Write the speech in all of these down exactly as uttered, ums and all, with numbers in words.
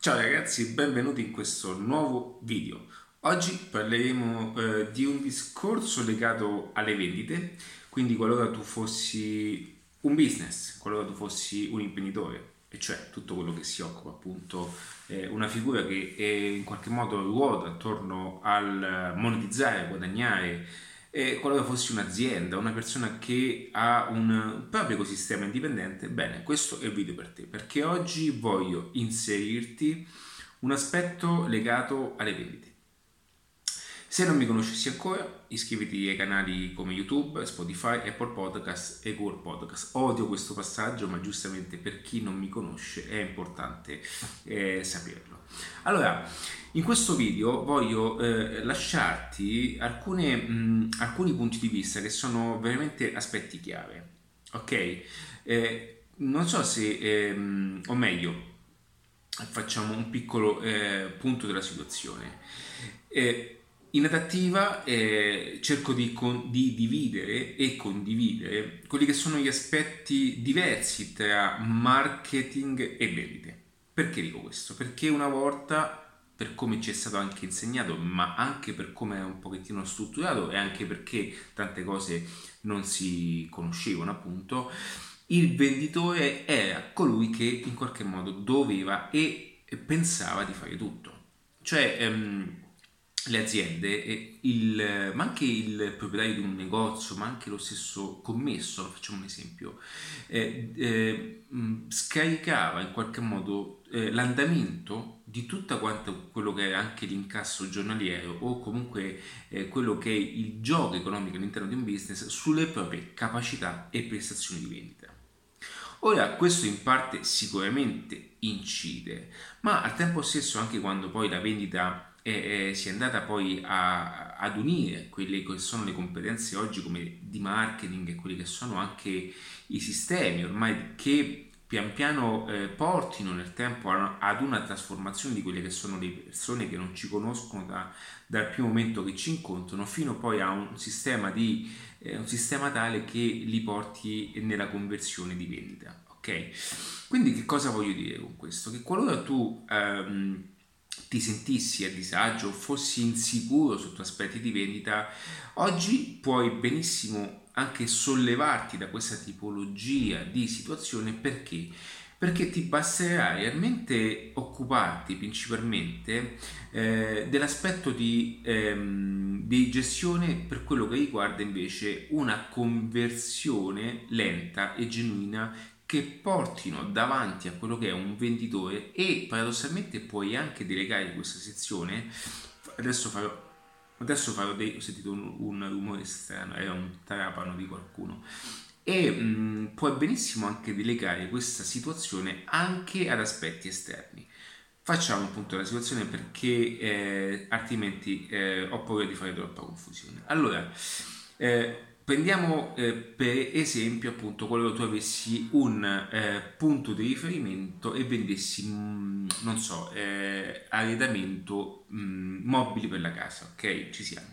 Ciao ragazzi, benvenuti in questo nuovo video. Oggi parleremo eh, di un discorso legato alle vendite, quindi qualora tu fossi un business, qualora tu fossi un imprenditore, e cioè tutto quello che si occupa appunto, eh, una figura che eh, in qualche modo ruota attorno al monetizzare, guadagnare, e qualora fossi un'azienda, una persona che ha un proprio ecosistema indipendente, bene, questo è il video per te, perché oggi voglio inserirti un aspetto legato alle vendite. Se non mi conoscessi ancora, iscriviti ai canali come YouTube, Spotify, Apple Podcast e Google Podcast. Odio questo passaggio, ma giustamente per chi non mi conosce è importante eh, saperlo. Allora, in questo video voglio eh, lasciarti alcune, mh, alcuni punti di vista che sono veramente aspetti chiave. Ok? Eh, non so se, ehm, o meglio, facciamo un piccolo eh, punto della situazione. Eh, in adattiva eh, cerco di, con- di dividere e condividere quelli che sono gli aspetti diversi tra marketing e vendite. Perché dico questo? Perché una volta, per come ci è stato anche insegnato, ma anche per come è un pochettino strutturato e anche perché tante cose non si conoscevano appunto, il venditore era colui che in qualche modo doveva e pensava di fare tutto. Cioè, ehm, le aziende, e il, ma anche il proprietario di un negozio, ma anche lo stesso commesso, facciamo un esempio, eh, eh, mh, scaricava in qualche modo eh, l'andamento di tutta quanto quello che era anche l'incasso giornaliero o comunque eh, quello che è il gioco economico all'interno di un business sulle proprie capacità e prestazioni di vendita. Ora, questo in parte sicuramente incide, ma al tempo stesso anche quando poi la vendita è, è, si è andata poi a, ad unire quelle che sono le competenze oggi come di marketing e quelli che sono anche i sistemi ormai che pian piano eh, portino nel tempo a- ad una trasformazione di quelle che sono le persone che non ci conoscono da- dal primo momento che ci incontrano fino poi a un sistema di eh, un sistema tale che li porti nella conversione di vendita, ok? Quindi che cosa voglio dire con questo? Che qualora tu ehm, ti sentissi a disagio o fossi insicuro sotto aspetti di vendita, oggi puoi benissimo anche sollevarti da questa tipologia di situazione. Perché? Perché ti basterà realmente occuparti principalmente eh, dell'aspetto di, ehm, di gestione per quello che riguarda invece una conversione lenta e genuina che portino davanti a quello che è un venditore. E paradossalmente puoi anche delegare questa sezione. Adesso farò Adesso farò dei... Ho sentito un, un rumore strano, era un trapano di qualcuno. E mh, puoi benissimo anche delegare questa situazione anche ad aspetti esterni. Facciamo un punto della situazione perché eh, altrimenti eh, ho paura di fare troppa confusione. Allora, eh, prendiamo eh, per esempio appunto qualora tu avessi un eh, punto di riferimento e vendessi, mh, non so, eh, arredamento mh, mobili per la casa, ok? Ci siamo.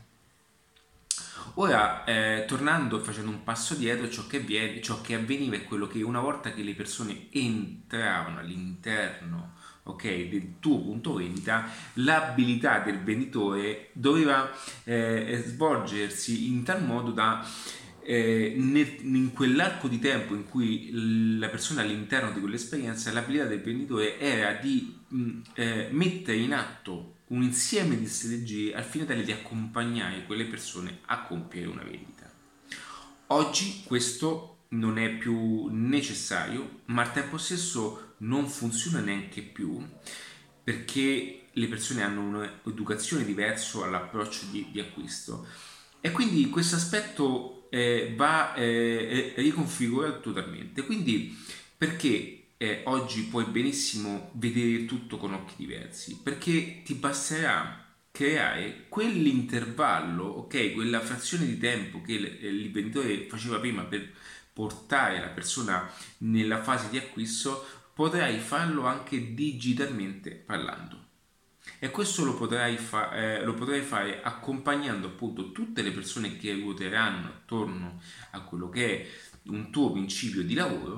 Ora, eh, tornando e facendo un passo dietro, ciò che, avviene, ciò che avveniva è quello che una volta che le persone entravano all'interno, ok, del tuo punto vendita, l'abilità del venditore doveva eh, svolgersi in tal modo da eh, nel- in quell'arco di tempo in cui la persona all'interno di quell'esperienza, l'abilità del venditore era di mh, eh, mettere in atto un insieme di strategie al fine tale di accompagnare quelle persone a compiere una vendita. Oggi questo non è più necessario, ma al tempo stesso non funziona neanche più perché le persone hanno un'educazione diversa all'approccio di, di acquisto e quindi questo aspetto eh, va eh, riconfigurato totalmente. Quindi perché eh, oggi puoi benissimo vedere tutto con occhi diversi? Perché ti basterà creare quell'intervallo, ok, quella frazione di tempo che il, il venditore faceva prima per portare la persona nella fase di acquisto, potrai farlo anche digitalmente parlando. E questo lo potrai, fa- eh, lo potrai fare accompagnando appunto tutte le persone che ruoteranno attorno a quello che è un tuo principio di lavoro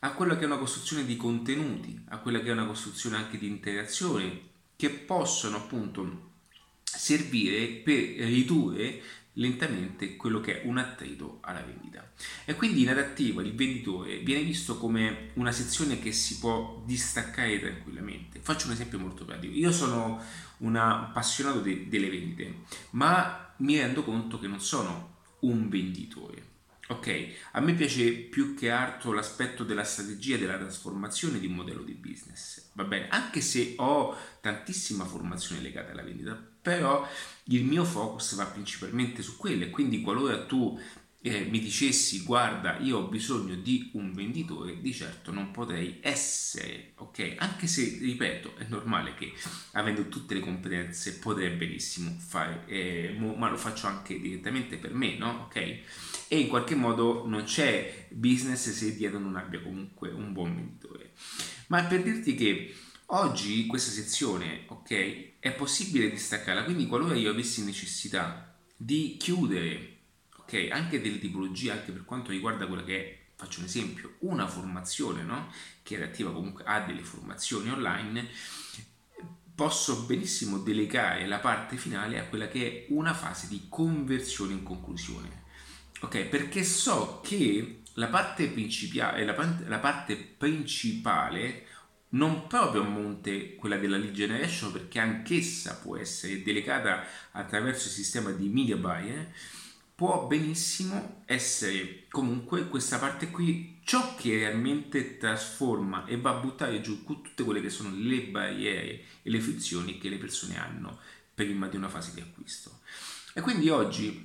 a quella che è una costruzione di contenuti, a quella che è una costruzione anche di interazioni che possono appunto servire per ridurre lentamente quello che è un attrito alla vendita. E quindi in adattiva il venditore viene visto come una sezione che si può distaccare tranquillamente. Faccio un esempio molto pratico. Io sono un appassionato de- delle vendite, ma mi rendo conto che non sono un venditore. Ok, a me piace più che altro l'aspetto della strategia, della trasformazione di un modello di business, va bene? Anche se ho tantissima formazione legata alla vendita, però il mio focus va principalmente su quello e quindi qualora tu eh, mi dicessi guarda io ho bisogno di un venditore, di certo non potrei essere, ok? Anche se, ripeto, è normale che avendo tutte le competenze potrei benissimo fare, eh, ma lo faccio anche direttamente per me, no? Ok? E in qualche modo non c'è business se dietro non abbia comunque un buon venditore. Ma per dirti che oggi questa sezione, ok, è possibile distaccarla, quindi qualora io avessi necessità di chiudere, ok, anche delle tipologie, anche per quanto riguarda quella che è, faccio un esempio, una formazione, no? Che è attiva comunque ha delle formazioni online, posso benissimo delegare la parte finale a quella che è una fase di conversione in conclusione. Ok, perché so che la parte principale, la, parte, la parte principale non proprio a monte quella della lead generation, perché anch'essa può essere delegata attraverso il sistema di media buyer, può benissimo essere comunque questa parte qui ciò che realmente trasforma e va a buttare giù tutte quelle che sono le barriere e le frizioni che le persone hanno prima di una fase di acquisto. E quindi oggi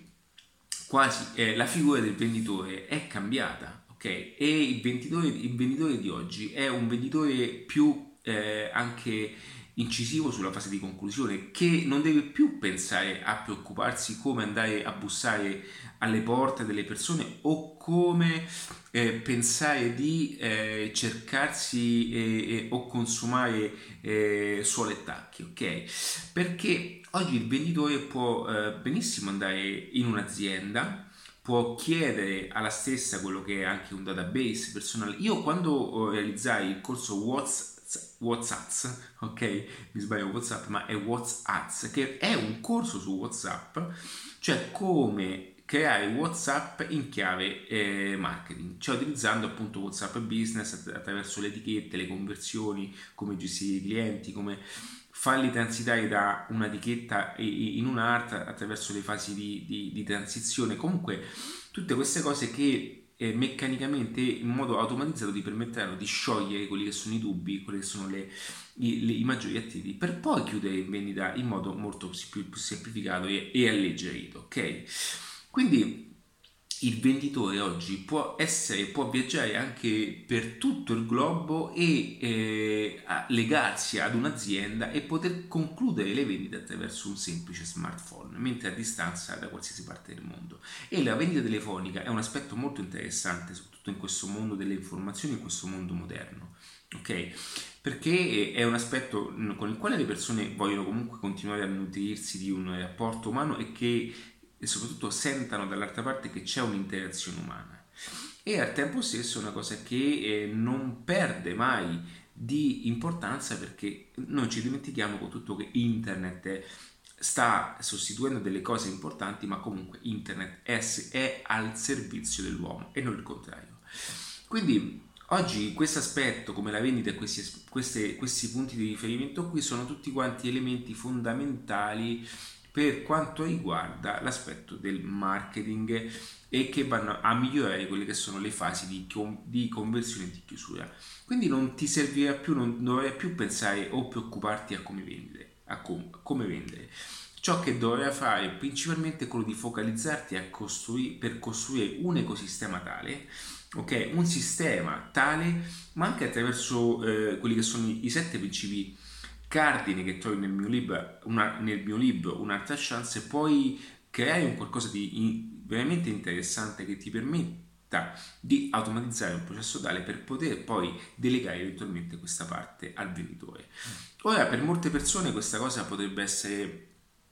quasi eh, la figura del venditore è cambiata, ok? E il venditore, il venditore di oggi è un venditore più eh, anche incisivo sulla fase di conclusione, che non deve più pensare a preoccuparsi come andare a bussare alle porte delle persone o come eh, pensare di eh, cercarsi eh, eh, o consumare eh, suole e tacchi, ok? Perché oggi il venditore può eh, benissimo andare in un'azienda, può chiedere alla stessa quello che è anche un database personale. Io quando realizzai il corso WhatsApp, WhatsApp, ok, mi sbaglio WhatsApp, ma è WhatsApp, che è un corso su WhatsApp, cioè come creare WhatsApp in chiave eh, marketing, cioè utilizzando appunto WhatsApp Business attraverso le etichette, le conversioni, come gestire i clienti, come farli transitare da un'etichetta in un'altra attraverso le fasi di, di, di transizione, comunque tutte queste cose che eh, meccanicamente in modo automatizzato ti permetteranno di sciogliere quelli che sono i dubbi, quelli che sono le, i, le, i maggiori attivi, per poi chiudere in vendita in modo molto più, più semplificato e, e alleggerito, ok? Quindi il venditore oggi può essere, può viaggiare anche per tutto il globo e eh, legarsi ad un'azienda e poter concludere le vendite attraverso un semplice smartphone, mentre a distanza da qualsiasi parte del mondo. E la vendita telefonica è un aspetto molto interessante, soprattutto in questo mondo delle informazioni, in questo mondo moderno. Ok? Perché è un aspetto con il quale le persone vogliono comunque continuare a nutrirsi di un rapporto umano e che e soprattutto sentano dall'altra parte che c'è un'interazione umana, e al tempo stesso è una cosa che eh, non perde mai di importanza, perché noi ci dimentichiamo con tutto che internet sta sostituendo delle cose importanti, ma comunque internet è, è al servizio dell'uomo e non il contrario. Quindi oggi questo aspetto, come la vendita e questi, queste, questi punti di riferimento qui, sono tutti quanti elementi fondamentali per quanto riguarda l'aspetto del marketing e che vanno a migliorare quelle che sono le fasi di, di conversione e di chiusura. Quindi non ti servirà più, non dovrai più pensare o preoccuparti a come vendere, a com- a come vendere. Ciò che dovrai fare principalmente è quello di focalizzarti a costruire, per costruire un ecosistema tale, ok? Un sistema tale, ma anche attraverso eh, quelli che sono i, i sette principi cardine che trovi nel mio libro, una, nel mio libro Un'altra chance, e poi creare un qualcosa di in, veramente interessante che ti permetta di automatizzare un processo tale per poter poi delegare eventualmente questa parte al venditore. Ora, per molte persone questa cosa potrebbe essere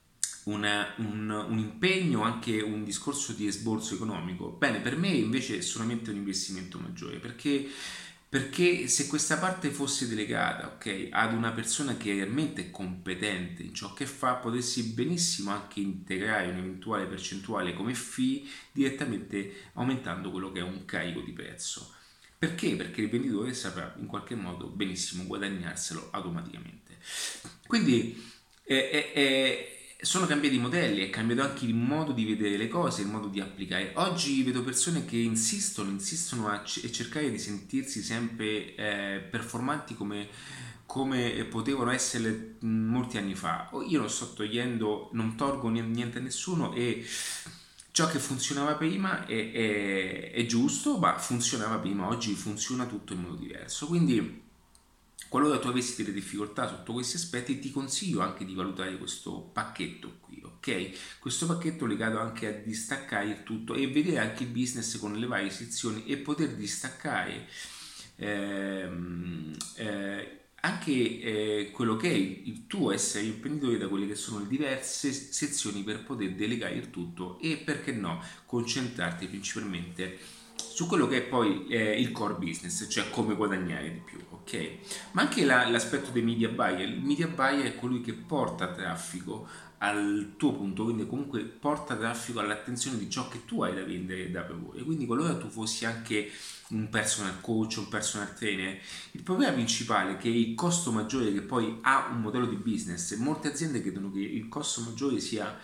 una, un, un impegno, anche un discorso di esborso economico. Bene, per me invece è solamente un investimento maggiore, perché Perché se questa parte fosse delegata, ok, ad una persona che è realmente competente in ciò che fa, potessi benissimo anche integrare un'eventuale percentuale come fee direttamente aumentando quello che è un carico di prezzo. Perché? Perché il venditore saprà in qualche modo benissimo guadagnarselo automaticamente. Quindi eh, eh, eh, sono cambiati i modelli, è cambiato anche il modo di vedere le cose, il modo di applicare. Oggi vedo persone che insistono, insistono a c- cercare di sentirsi sempre eh, performanti come, come potevano essere mh, molti anni fa. Oh, io non sto togliendo, non tolgo niente a nessuno e ciò che funzionava prima è, è, è giusto, ma funzionava prima, oggi funziona tutto in modo diverso. Quindi qualora tu avessi delle difficoltà sotto questi aspetti, ti consiglio anche di valutare questo pacchetto qui, ok? Questo pacchetto legato anche a distaccare il tutto e vedere anche il business con le varie sezioni e poter distaccare ehm, eh, anche eh, quello che è il tuo essere imprenditore da quelle che sono le diverse sezioni per poter delegare il tutto e perché no concentrarti principalmente su quello che è poi eh, il core business, cioè come guadagnare di più, ok? Ma anche la- l'aspetto dei media buyer, il media buyer è colui che porta traffico al tuo punto, quindi comunque porta traffico all'attenzione di ciò che tu hai da vendere e da proporre. Quindi qualora tu fossi anche un personal coach, un personal trainer, il problema principale è che il costo maggiore che poi ha un modello di business, molte aziende credono che il costo maggiore sia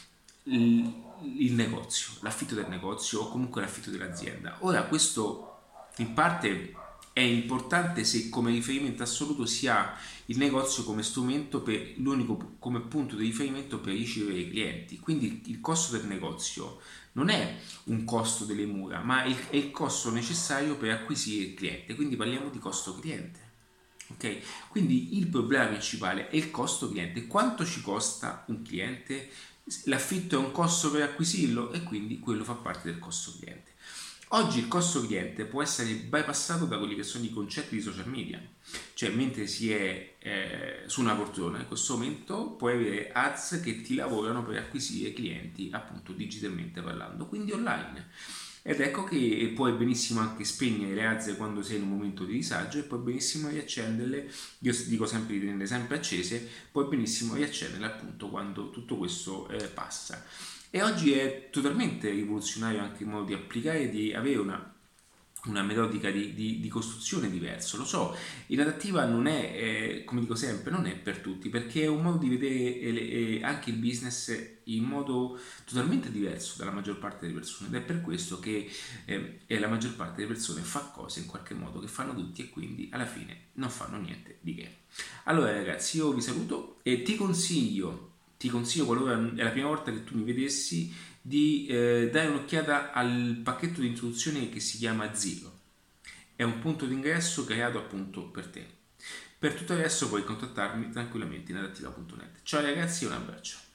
il, il negozio, l'affitto del negozio o comunque l'affitto dell'azienda. Ora questo in parte è importante se come riferimento assoluto si ha il negozio come strumento per l'unico come punto di riferimento per ricevere i clienti. Quindi il costo del negozio non è un costo delle mura, ma è il, è il costo necessario per acquisire il cliente. Quindi parliamo di costo cliente. Ok? Quindi il problema principale è il costo cliente. Quanto ci costa un cliente? L'affitto è un costo per acquisirlo e quindi quello fa parte del costo cliente. Oggi il costo cliente può essere bypassato da quelli che sono i concetti di social media, cioè mentre si è eh, su una poltrona in questo momento puoi avere ads che ti lavorano per acquisire clienti appunto digitalmente parlando, quindi online. Ed ecco che puoi benissimo anche spegnere le ads quando sei in un momento di disagio e puoi benissimo riaccenderle, io dico sempre di tenerle sempre accese, puoi benissimo riaccenderle appunto quando tutto questo eh, passa. E oggi è totalmente rivoluzionario anche il modo di applicare e di avere una, una metodica di, di, di costruzione diversa. Lo so, in adattiva non è, eh, come dico sempre, non è per tutti, perché è un modo di vedere eh, eh, anche il business in modo totalmente diverso dalla maggior parte delle persone ed è per questo che eh, la maggior parte delle persone fa cose in qualche modo che fanno tutti e quindi alla fine non fanno niente di che. Allora ragazzi, io vi saluto e ti consiglio ti consiglio, qualora è la prima volta che tu mi vedessi, di eh, dare un'occhiata al pacchetto di introduzione che si chiama Zero. È un punto d'ingresso creato appunto per te. Per tutto il resto puoi contattarmi tranquillamente in adattiva punto net. Ciao ragazzi e un abbraccio.